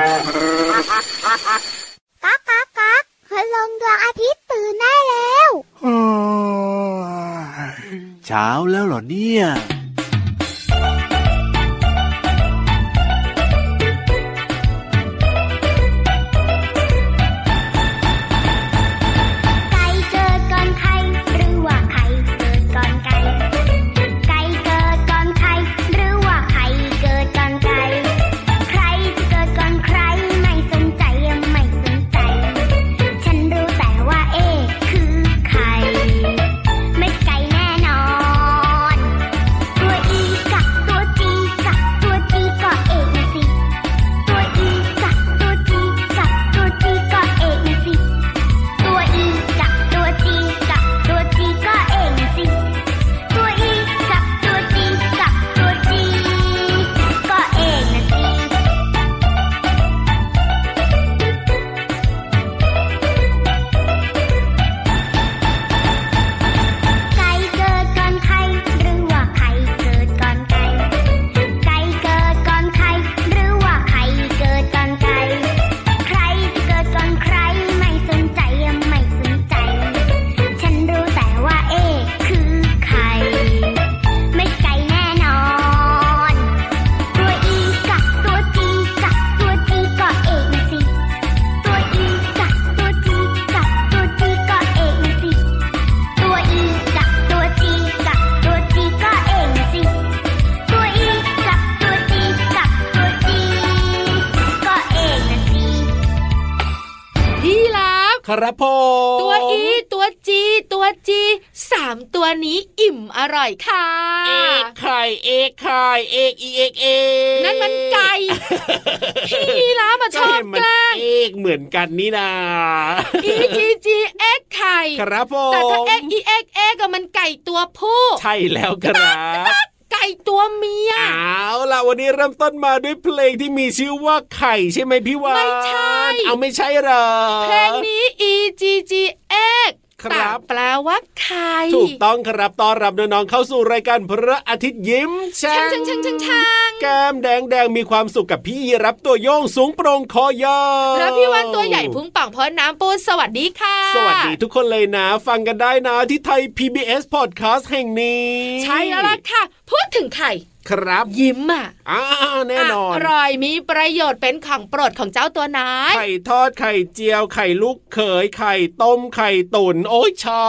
ก๊ากก๊ากก๊ากคืนลงดวงอาทิตย์ตื่นได้แล้วเช้าแล้วเหรอเนี่ยครับผมตัวอีตัวจีตัวจี3ตัวนี้อิ่มอร่อยค่ะเอกไข่เอกไข่เอกอีเอกเอนั่นมันไก่พี่ล้ามาชอบแกล้งเอกเหมือนกันนี่นาอีจีจีเอกไข่ครับผมแต่ถ้าเอกอีเอกเอกก็มันไก่ตัวผู้ใช่แล้วครับไก่ตัวเมียเอาล่ะวันนี้เริ่มต้นมาด้วยเพลงที่มีชื่อว่าไข่ใช่ไหมพี่วานไม่ใช่เอาไม่ใช่หรอเพลงนี้ EGGX ครับแปลว่าไข่ถูกต้องครับต้อนรับน้องๆเข้าสู่รายการพระอาทิตย์ยิ้มช่างแก้มแดงมีความสุขกับพี่รับตัวโยงสูงโปร่งคอยาวแล้วพี่วันตัวใหญ่พุงป่องพอน้ำปูสวัสดีค่ะสวัสดีทุกคนเลยนะฟังกันได้นะที่ไทย PBS Podcast แห่งนี้ใช่แล้วล่ะค่ะพูดถึงไข่ครับยิ้มแน่นอนอร่อยมีประโยชน์เป็นของโปรดของเจ้าตัวน้อยไข่ทอดไข่เจียวไข่ลูกเขยไข่ต้มไข่ตุ๋นโอ๊ยชอบ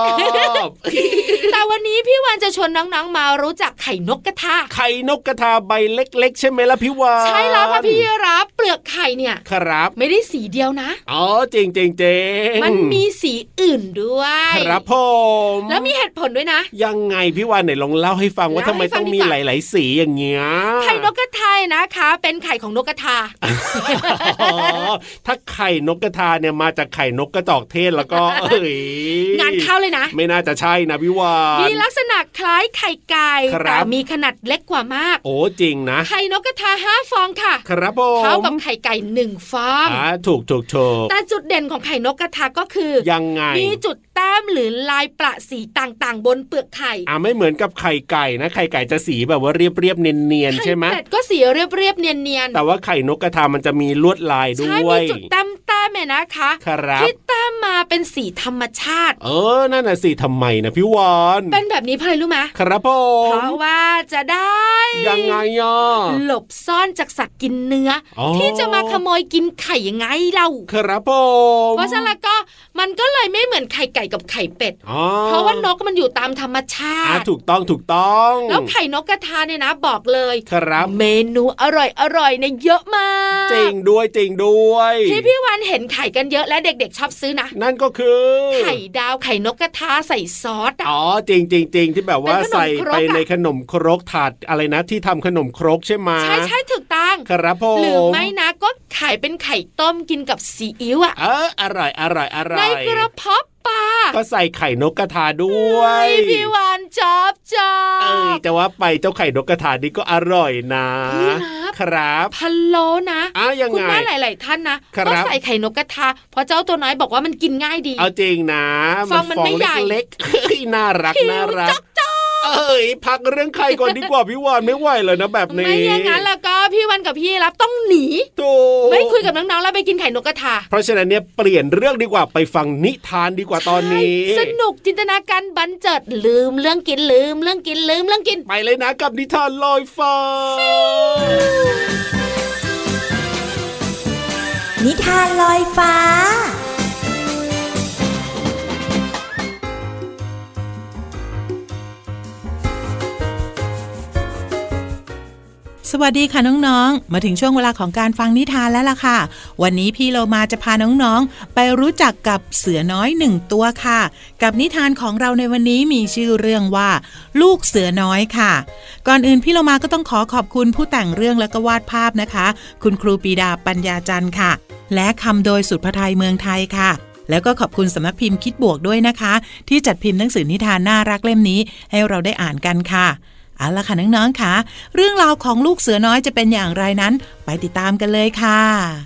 แต่วันนี้พี่วานจะชวนน้องๆมารู้จักไข่นกกระทาไข่นกกระทาใบเล็กๆใช่ไหมล่ะพี่วานใช่แล้วค่ะพี่รับเปลือกไข่เนี่ยครับไม่ได้สีเดียวนะอ๋อจริงมันมีสีอื่นด้วยครับผมแล้วมีเหตุผลด้วยนะยังไงพี่วานไหนลองเล่าให้ฟังว่าทำไมต้องมีหลายๆสีอย่างเงี้ยไข่นกกระทานะคะเป็นไข่ของนกกระทาถ้าไข่นกกระทาเนี่ยมาจากไข่นกกระจอกเทศแล้วก็งานเข้าเลยนะไม่น่าจะใช่นะพี่วานมีลักษณะคล้ายไข่ไก่แต่มีขนาดเล็กกว่ามากโอ้จริงนะไข่นกกระทา5ฟองค่ะครับผมเท่ากับไข่ไก่1ฟองถูกแต่จุดเด่นของไข่นกกระทาก็คือยังไงมีจุดแต้มหรือลายประสีต่างๆบนเปลือกไข่ไม่เหมือนกับไข่ไก่นะไข่ไก่จะสีแบบว่าเรียบๆเนียนๆใช่ไหมไข่เป็ดก็สีเรียบๆเนียนๆแต่ว่าไข่นกกระทามันจะมีลวดลายด้วยใช่มีจุดแต้มเนี่ยนะคะที่แต้มมาเป็นสีธรรมชาตินั่นน่ะสิทำไมนะพี่วานเป็นแบบนี้เพราะอะไรรู้ไหมครับผมเพราะว่าจะได้ยังไงหลบซ่อนจากสัตว์กินเนื้อที่จะมาขโมยกินไข่ยังไงเราครับผมเพราะฉะนั้นก็มันก็เลยไม่เหมือนไข่ไก่กับไข่เป็ดเพราะว่านกมันอยู่ตามธรรมชาติถูกต้องแล้วไข่นกกระทาเนี่ยนะบอกเลยครับเมนูอร่อยเนี่ยเยอะมากจริงด้วยที่พี่วันเห็นไข่กันเยอะและเด็กๆชอบซื้อนะนั่นก็คือไข่ดาวไข่นกกระทาใส่ซอสจริงที่แบบว่าใส่ไปในขนมครกถาดอะไรนะที่ทำขนมครกใช่ไหมใช่ถูกต้องครับผมหรือไม่นะก็ขายเป็นไข่ต้มกินกับซีอิ๊วอร่อยในกระเพาะปลาก็ใส่ไข่นกกระทาด้วยพี่วานชอบแต่ว่าไปเจ้าไข่นกกระทานี่ก็อร่อยนะครับพะโล้นะยังไงคุณแม่หลายๆท่านนะก็ใส่ไข่นกกระทาเพราะเจ้าตัวน้อยบอกว่ามันกินง่ายดีเอาจริงนะฟองมันไม่ใหญ่เล็กๆน่ารักพักเรื่องไข่ก่อนดีกว่าพี่วานไม่ไหวเลยนะแบบนี้ไม่อย่างนั้นแล้วก็พี่วันกับพี่รับต้องหนีไม่ไม่คุยกับน้องๆแล้วไปกินไข่นกกระทาเพราะฉะนั้นเนี่ยเปลี่ยนเรื่องดีกว่าไปฟังนิทานดีกว่าตอนนี้สนุกจินตนาการบันเจิดลืมเรื่องกินลืมเรื่องกินลืมเรื่องกินไปเลยนะกับนิทานลอยฟ้านิทานลอยฟ้าสวัสดีค่ะน้องๆมาถึงช่วงเวลาของการฟังนิทานแล้วล่ะค่ะวันนี้พี่โลมาจะพาน้องๆไปรู้จักกับเสือน้อย1ตัวค่ะกับนิทานของเราในวันนี้มีชื่อเรื่องว่าลูกเสือน้อยค่ะก่อนอื่นพี่โลมาก็ต้องขอบคุณผู้แต่งเรื่องและก็วาดภาพนะคะคุณครูปีดาปัญญาจันทร์ค่ะและคำโดยสุดพไทยเมืองไทยค่ะแล้วก็ขอบคุณสำนักพิมพ์คิดบวกด้วยนะคะที่จัดพิมพ์หนังสือนิทานน่ารักเล่มนี้ให้เราได้อ่านกันค่ะเอาล่ะค่ะน้องๆค่ะเรื่องราวของลูกเสือน้อยจะเป็นอย่างไรนั้นไปติดตามกันเลยค่ะ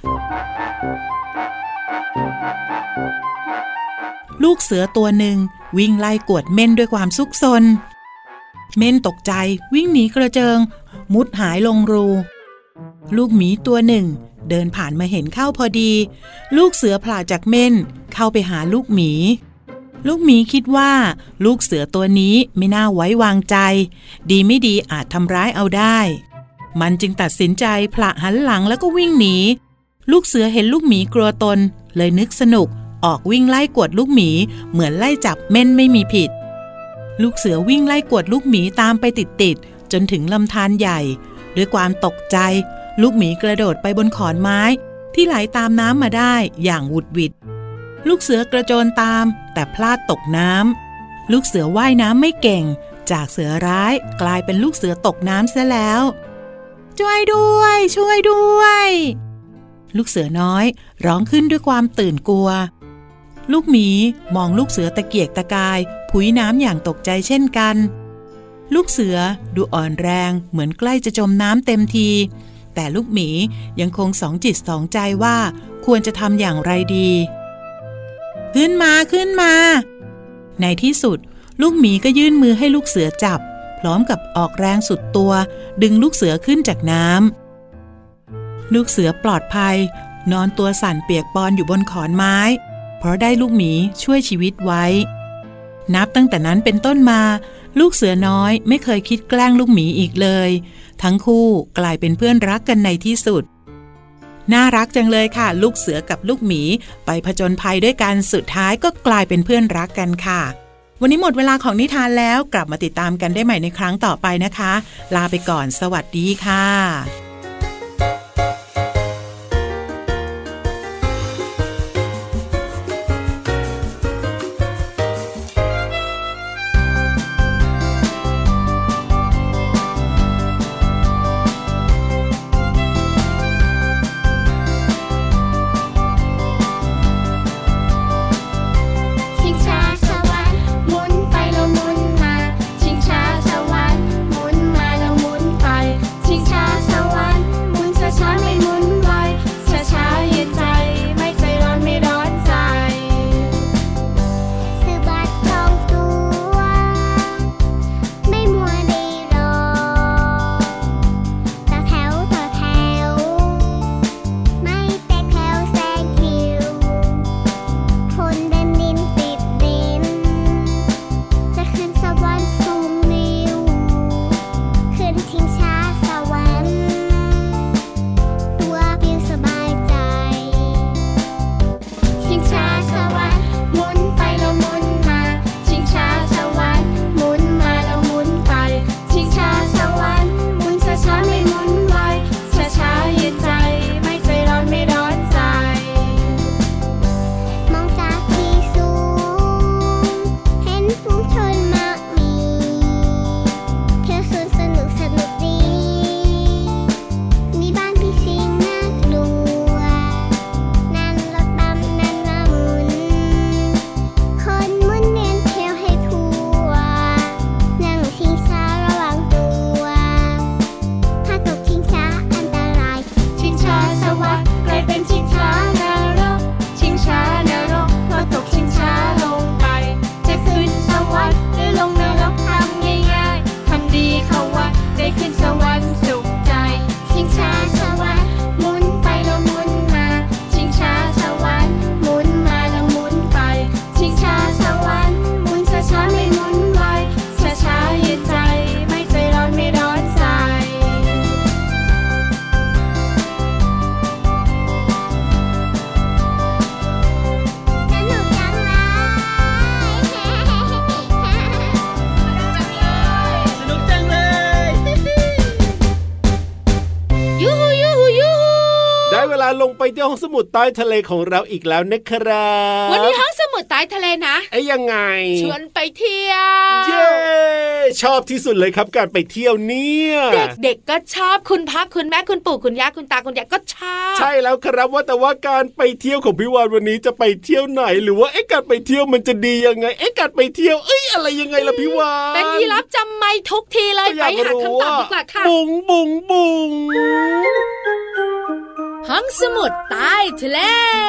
ลูกเสือตัวหนึ่งวิ่งไล่กวดเม่นด้วยความซุกซนเม่นตกใจวิ่งหนีกระเจิงมุดหายลงรูลูกหมีตัวหนึ่งเดินผ่านมาเห็นเข้าพอดีลูกเสือผละจากเม่นเข้าไปหาลูกหมีลูกหมีคิดว่าลูกเสือตัวนี้ไม่น่าไว้วางใจดีไม่ดีอาจทำร้ายเอาได้มันจึงตัดสินใจผละหันหลังแล้วก็วิ่งหนีลูกเสือเห็นลูกหมีกลัวตนเลยนึกสนุกออกวิ่งไล่กวดลูกหมีเหมือนไล่จับเม่นไม่มีผิดลูกเสือวิ่งไล่กวดลูกหมีตามไปติดจนถึงลำธารใหญ่ด้วยความตกใจลูกหมีกระโดดไปบนขอนไม้ที่ไหลตามน้ำมาได้อย่างหวุดหวิดลูกเสือกระโจนตามแต่พลาดตกน้ำลูกเสือว่ายน้ำไม่เก่งจากเสือร้ายกลายเป็นลูกเสือตกน้ำเสียแล้วช่วยด้วยช่วยด้วยลูกเสือน้อยร้องขึ้นด้วยความตื่นกลัวลูกหมีมองลูกเสือตะเกียกตะกายผุยน้ำอย่างตกใจเช่นกันลูกเสือดูอ่อนแรงเหมือนใกล้จะจมน้ำเต็มทีแต่ลูกหมียังคงสองจิตสองใจว่าควรจะทำอย่างไรดีขึ้นมาขึ้นมาในที่สุดลูกหมีก็ยื่นมือให้ลูกเสือจับพร้อมกับออกแรงสุดตัวดึงลูกเสือขึ้นจากน้ำลูกเสือปลอดภัยนอนตัวสั่นเปียกปอนอยู่บนขอนไม้เพราะได้ลูกหมีช่วยชีวิตไว้นับตั้งแต่นั้นเป็นต้นมาลูกเสือน้อยไม่เคยคิดแกล้งลูกหมีอีกเลยทั้งคู่กลายเป็นเพื่อนรักกันในที่สุดน่ารักจังเลยค่ะลูกเสือกับลูกหมีไปผจญภัยด้วยกันสุดท้ายก็กลายเป็นเพื่อนรักกันค่ะวันนี้หมดเวลาของนิทานแล้วกลับมาติดตามกันได้ใหม่ในครั้งต่อไปนะคะลาไปก่อนสวัสดีค่ะสวรรค์หมุนมาแล้วหมุนไปชิงช้าสวรรค์ได้เวลาลงไปที่ห้องสมุดใต้ทะเลของเราอีกแล้วนะครับวันนี้ห้องสมุดใต้ทะเลนะยังไงชวนไปเที่ยวเย้ชอบที่สุดเลยครับการไปเที่ยวเนี่ยเด็กๆก็ชอบคุณพ่อคุณแม่คุณปู่คุณย่าคุณตาคุณยายก็ชอบใช่แล้วครับว่าแต่ว่าการไปเที่ยวของพี่วานวันนี้จะไปเที่ยวไหนหรือว่าการไปเที่ยวมันจะดียังไงการไปเที่ยวอะไรยังไงล่ะพี่วานเป็นยีราฟจำไม่ทุกทีเลยไปหาคำตอบดีกว่าค่ะบุ๋งบุ๋งบุ๋งห้องสมุดใต้ทะเล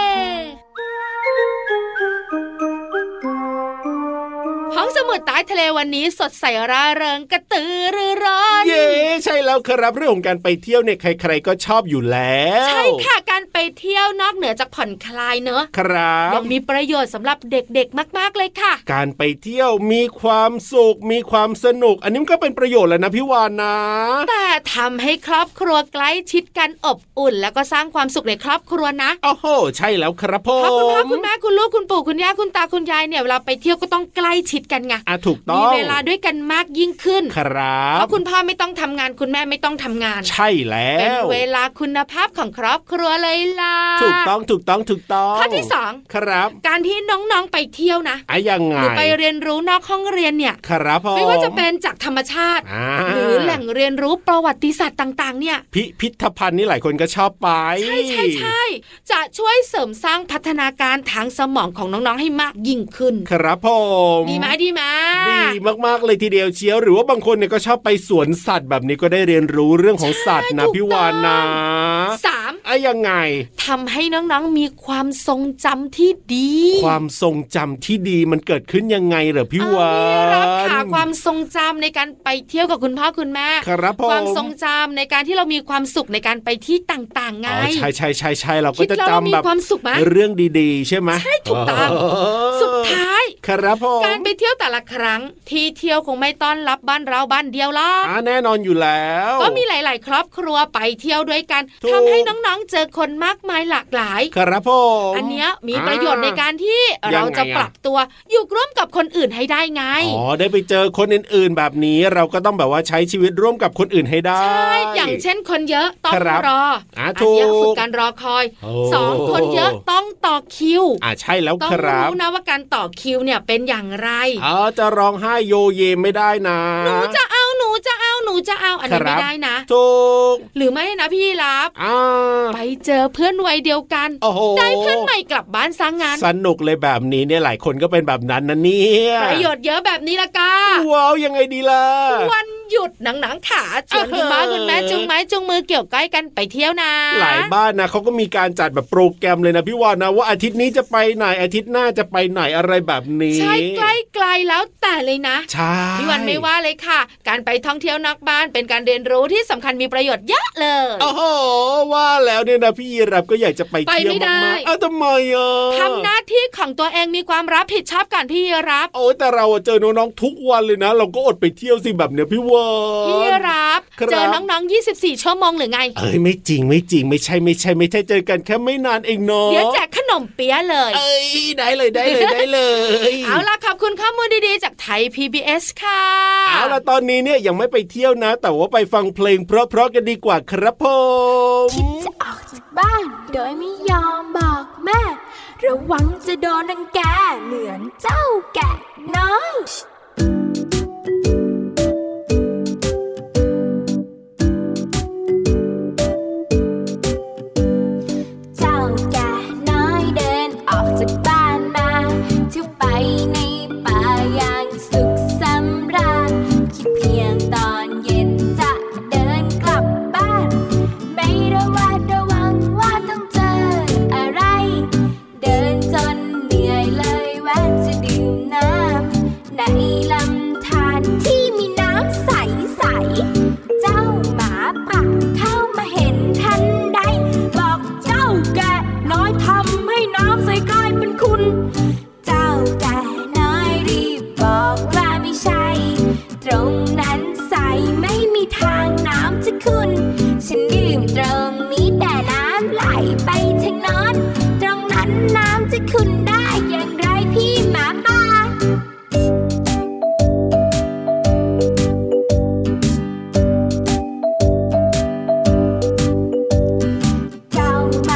ห้องสมุดใต้ทะเลวันนี้สดใสร่าเริงกระตือรือร้นเย้ใช่แล้วครับเรื่องของการไปเที่ยวเนี่ยใครๆก็ชอบอยู่แล้วใช่ค่ะการไปเที่ยวนอกเหนือจากผ่อนคลายเนอะครับยังมีประโยชน์สำหรับเด็กๆมากๆเลยค่ะการไปเที่ยวมีความสุขมีความสนุกอันนี้มันก็เป็นประโยชน์แล้วนะพี่วานนะแต่ทำให้ครอบครัวใกล้ชิดกันอบอุ่นแล้วก็สร้างความสุขในครอบครัวนะโอ้โหใช่แล้วครับผมคุณพ่อคุณแม่คุณลูกคุณปู่คุณย่าคุณตาคุณยายเนี่ยเวลาไปเที่ยวก็ต้องใกล้ชิดกันไงถูกต้องมีเวลาด้วยกันมากยิ่งขึ้นครับเพราะคุณพ่อไม่ต้องทำงานคุณแม่ไม่ต้องทำงานใช่แล้วเป็นเวลาคุณภาพของครอบครัวเลยล่ะถูกต้องข้อที่2 ครับการที่น้องๆไปเที่ยวนะยังไงหรือไปเรียนรู้นอกห้องเรียนเนี่ยครับไม่ว่าจะเป็นจากธรรมชาติหรือแหล่งเรียนรู้ประวัติศาสตร์ต่างๆเนี่ยพิพิธภัณฑ์นี่หลายคนก็ชอบไปใช่จะช่วยเสริมสร้างพัฒนาการทางสมองของน้องๆให้มากยิ่งขึ้นครับผมดีไหมดีมากๆเลยทีเดียวเชียวหรือว่าบางคนเนี่ยก็ชอบไปสวนสัตว์แบบนี้ก็ได้เรียนรู้เรื่องของสัตว์นะพี่วานนะ 3 ยังไงทำให้น้องๆมีความทรงจำที่ดีความทรงจำที่ดีมันเกิดขึ้นยังไงเหรอพี่วานรับค่ะความทรงจำในการไปเที่ยวกับคุณพ่อคุณแม่ครับผมความทรงจำในการที่เรามีความสุขในการไปที่ต่างๆไงใช่เราก็จะจำแบบเรื่องดีๆใช่ไหมใช่ถูกต้องสุดท้ายครับผมการไปเที่ยวแต่ละครั้งที่เที่ยวคงไม่ต้อนรับบ้านเราบ้านเดียวหรอกแน่นอนอยู่แล้วก็มีหลายๆครอบครัวไปเที่ยวด้วยกันทำให้น้องๆเจอคนมากมายหลากหลายครับผมอันเนี้ยมีประโยชน์ในการที่เราจะปรับตัวอยู่ร่วมกับคนอื่นให้ได้ไงได้ไปเจอคนอื่นๆแบบนี้เราก็ต้องแบบว่าใช้ชีวิตร่วมกับคนอื่นให้ได้ใช่อย่างเช่นคนเยอะต้องรออันนี้ฝึกการรอคอย2คนเยอะต้องต่อคิวใช่แล้วครับต้องรู้นะว่าการต่อคิวเนี่ยเป็นอย่างไรจะร้องไห้โยเยไม่ได้นะหนูจะเอาอันนี้ไม่ได้นะถูกหรือไม่นะพี่รับไปเจอเพื่อนวัยเดียวกันได้เพื่อนใหม่กลับบ้านซะงั้นสนุกเลยแบบนี้เนี่ยหลายคนก็เป็นแบบนั้นนะเนี่ยประโยชน์เยอะแบบนี้ละกาว้าวยังไงดีล่ะวันหยุดหนังขาชวนคุณพ่อคุณแม่จุงไม้จุงมือเกี่ยวก้อยกันไปเที่ยวนะหลายบ้านนะเขาก็มีการจัดแบบโปรแกรมเลยนะพี่วานนะว่าอาทิตย์นี้จะไปไหนอาทิตย์หน้าจะไปไหนอะไรแบบนี้ใช่ใกล้ๆแล้วแต่เลยนะใช่พี่วันไม่ว่าเลยค่ะการไปท่องเที่ยวนอกบ้านเป็นการเรียนรู้ที่สำคัญมีประโยชน์เยอะเลยโอ้โหว่าแล้วเนี่ยนะพี่รับก็อยากจะไปเที่ยวมากๆทำไมทำหน้าที่ของตัวเองมีความรับผิดชอบกันพี่รับแต่เราเจอน้องๆทุกวันเลยนะเราก็อดไปเที่ยวสิแบบเนี้ยพี่วานพี่รับเจอน้องๆ24ชั่วโมงหรือไงไม่จริงไม่ใช่เจอกันแค่ไม่นานเองเนาะเดี๋ยวแจกขนมเปี๊ยะเลยได้เลยเอาล่ะขอบคุณข้อมูลดีๆจากไทย PBS ค่ะเอาล่ะตอนนี้เนี่ยยังไม่ไปเที่ยวนะแต่ว่าไปฟังเพลงเพราะๆกันดีกว่าครับผมคิดจะออกจากบ้านโดยไม่ยอมบอกแม่ระวังจะโดนรังแกเหมือนเจ้าแกะน้อยจากบ้านมาเที่ยวไปในป่าอย่างสุขสำราญคิดเพียงตอนเย็นจะเดินกลับบ้านไม่ระวังว่าต้องเจออะไรเดินจนเหนื่อยเลยแวะจะดื่มน้ำในลำธารที่มีน้ำใสๆเจ้าหมาป่าเข้ามาเห็นทันใดบอกเจ้าแกะน้อยทำให้น้ำใสกลายเป็นคุณเจ้าแกะน้อยรีบบอกว่าไม่ใช่ตรงนั้นใสไม่มีทางน้ำจะขุ่นฉันดื่มตรงนี้แต่น้ำไหลไปทางโน้นตรงนั้นน้ำจะขุ่นได้อย่างไรพี่หมาป่าเจ้าห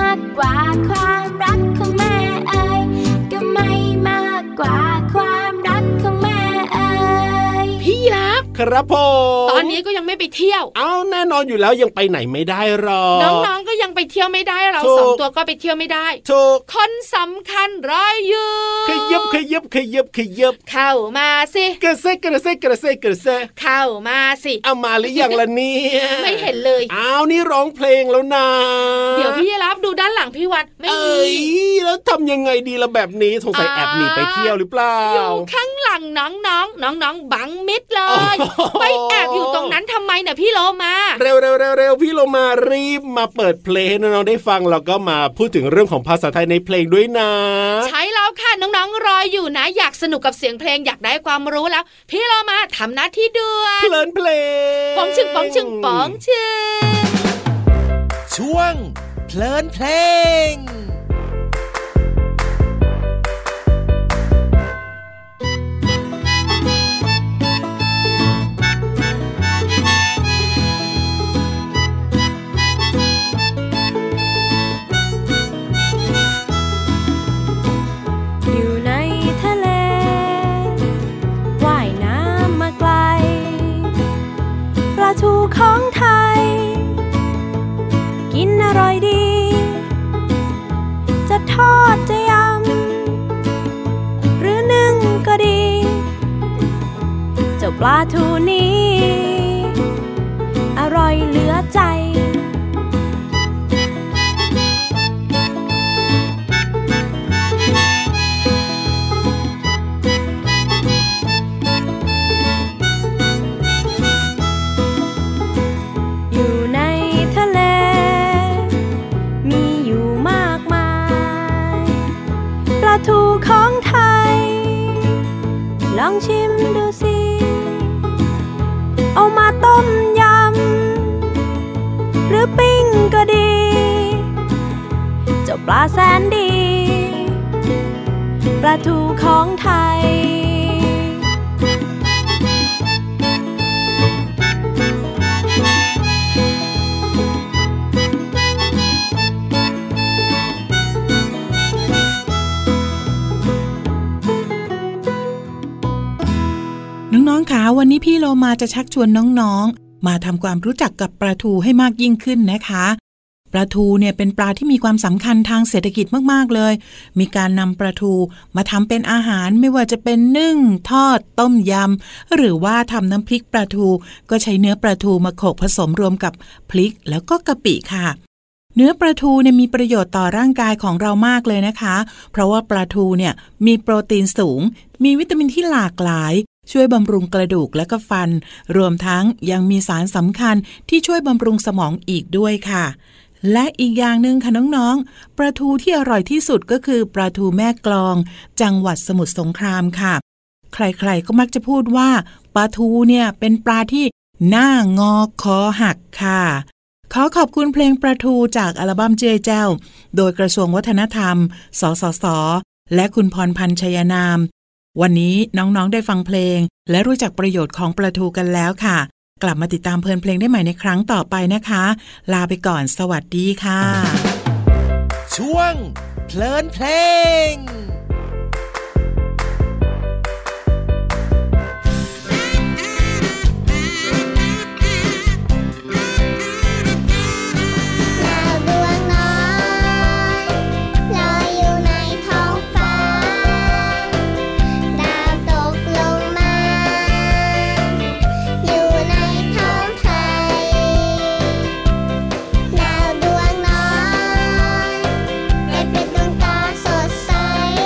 ากกว่าความรักของแม่เอ๋ยก็ไม่มากกว่าความรักของแม่เอ๋ยพี่รับครับผมตอนนี้ก็ยังไม่ไปเที่ยวเอาแน่นอนอยู่แล้วยังไปไหนไม่ได้หรอกน้องๆก็ยังไปเที่ยวไม่ได้เราสองตัวก็ไปเที่ยวไม่ได้ถูกคนสำคัญรออยู่ขยับเข้ามาสิกระเซเข้ามาสิเอามาหรือยังล่ะเนี่ยไม่เห็นเลยอ้าวนี่ร้องเพลงแล้วนะเดี๋ยวพี่รับดูด้านหลังพี่วันไม่มีแล้วทำยังไงดีล่ะแบบนี้สงสัยแอบหนีไปเที่ยวหรือเปล่าอยู่ข้างหลังน้องบังมิดเลยไปแอบอยู่ตรงนั้นทำไมเนี่ยพี่โลมาเร็วพี่โลมารีบมาเปิดเพลงให้น้องๆได้ฟังแล้วก็มาพูดถึงเรื่องของภาษาไทยในเพลงด้วยนะใช่แล้วค่ะน้องๆรออยู่นะอยากสนุกกับเสียงเพลงอยากได้ความรู้แล้วพี่โลมาทำหน้าที่ด้วยเพลินเพลงป๋องชึงช่วงเพลินเพลงของไทยกินอร่อยดีจะทอดจะยำหรือนึ่งก็ดีเจ้าปลาทูนี้อร่อยเหลือใจทูของไทยลองชิมดูสิเอามาต้มยำหรือปิ้งก็ดีเจ้าปลาแสนดีปลาทูของไทยน้องๆคะวันนี้พี่โลมาจะชักชวนน้องๆมาทำความรู้จักกับปลาทูให้มากยิ่งขึ้นนะคะปลาทูเนี่ยเป็นปลาที่มีความสำคัญทางเศรษฐกิจมากๆเลยมีการนำปลาทูมาทำเป็นอาหารไม่ว่าจะเป็นนึ่งทอดต้มยำหรือว่าทำน้ำพริกปลาทูก็ใช้เนื้อปลาทูมาโขลกผสมรวมกับพริกแล้วก็กะปิค่ะเนื้อปลาทูเนี่ยมีประโยชน์ต่อร่างกายของเรามากเลยนะคะเพราะว่าปลาทูเนี่ยมีโปรตีนสูงมีวิตามินที่หลากหลายช่วยบำรุงกระดูกและก็ฟันรวมทั้งยังมีสารสำคัญที่ช่วยบำรุงสมองอีกด้วยค่ะและอีกอย่างนึงค่ะน้องๆปลาทูที่อร่อยที่สุดก็คือปลาทูแม่กลองจังหวัดสมุทรสงครามค่ะใครๆก็มักจะพูดว่าปลาทูเนี่ยเป็นปลาที่หน้างอคอหักค่ะขอขอบคุณเพลงปลาทูจากอัลบั้มเจเจ้าโดยกระทรวงวัฒนธรรมสสส.และคุณพรพันธ์ชัยนามวันนี้น้องๆได้ฟังเพลงและรู้จักประโยชน์ของปลาทูกันแล้วค่ะกลับมาติดตามเพลินเพลงได้ใหม่ในครั้งต่อไปนะคะลาไปก่อนสวัสดีค่ะช่วงเพลินเพลงใส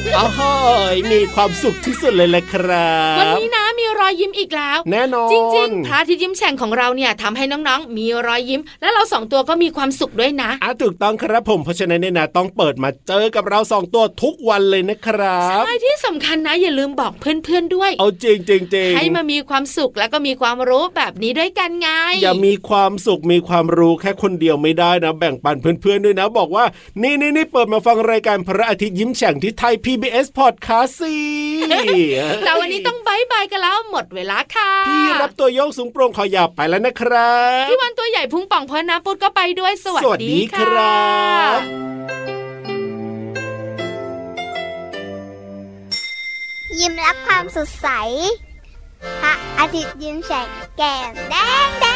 อ้าวมีความสุขที่สุดเลยแหละครับวันนี้นะมีรอยยิ้มอีกแล้วแน่นอนจริงๆพระอาทิตย์ยิ้มแฉ่งของเราเนี่ยทำให้น้องๆมีรอยยิ้มและเรา2ตัวก็มีความสุขด้วยนะถูกต้องครับผมเพราะฉะนั้นเนี่ยนะต้องเปิดมาเจอกับเรา2ตัวทุกวันเลยนะครับใช่ที่สำคัญนะอย่าลืมบอกเพื่อนๆด้วยเอาจริงๆให้มามีความสุขแล้วก็มีความรู้แบบนี้ด้วยกันไงอย่ามีความสุขมีความรู้แค่คนเดียวไม่ได้นะแบ่งปันเพื่อนๆด้วยนะบอกว่านี่เปิดมาฟังรายการพระอาทิตย์ยิ้มแฉ่งที่ไทย PBS Podcast สิแต่วันนี้ต้องบายบายกันแล้วหมดเวลาค่ะพี่รับตัวโยงสูงโปร่งขอยาวไปแล้วนะครับพี่วันตัวใหญ่พุงป่องพอน้ำปุดก็ไปด้วยสวัสดีครับยิ้มรับความสดใสพระอาทิตย์ยิ้มแฉกแก้มแดง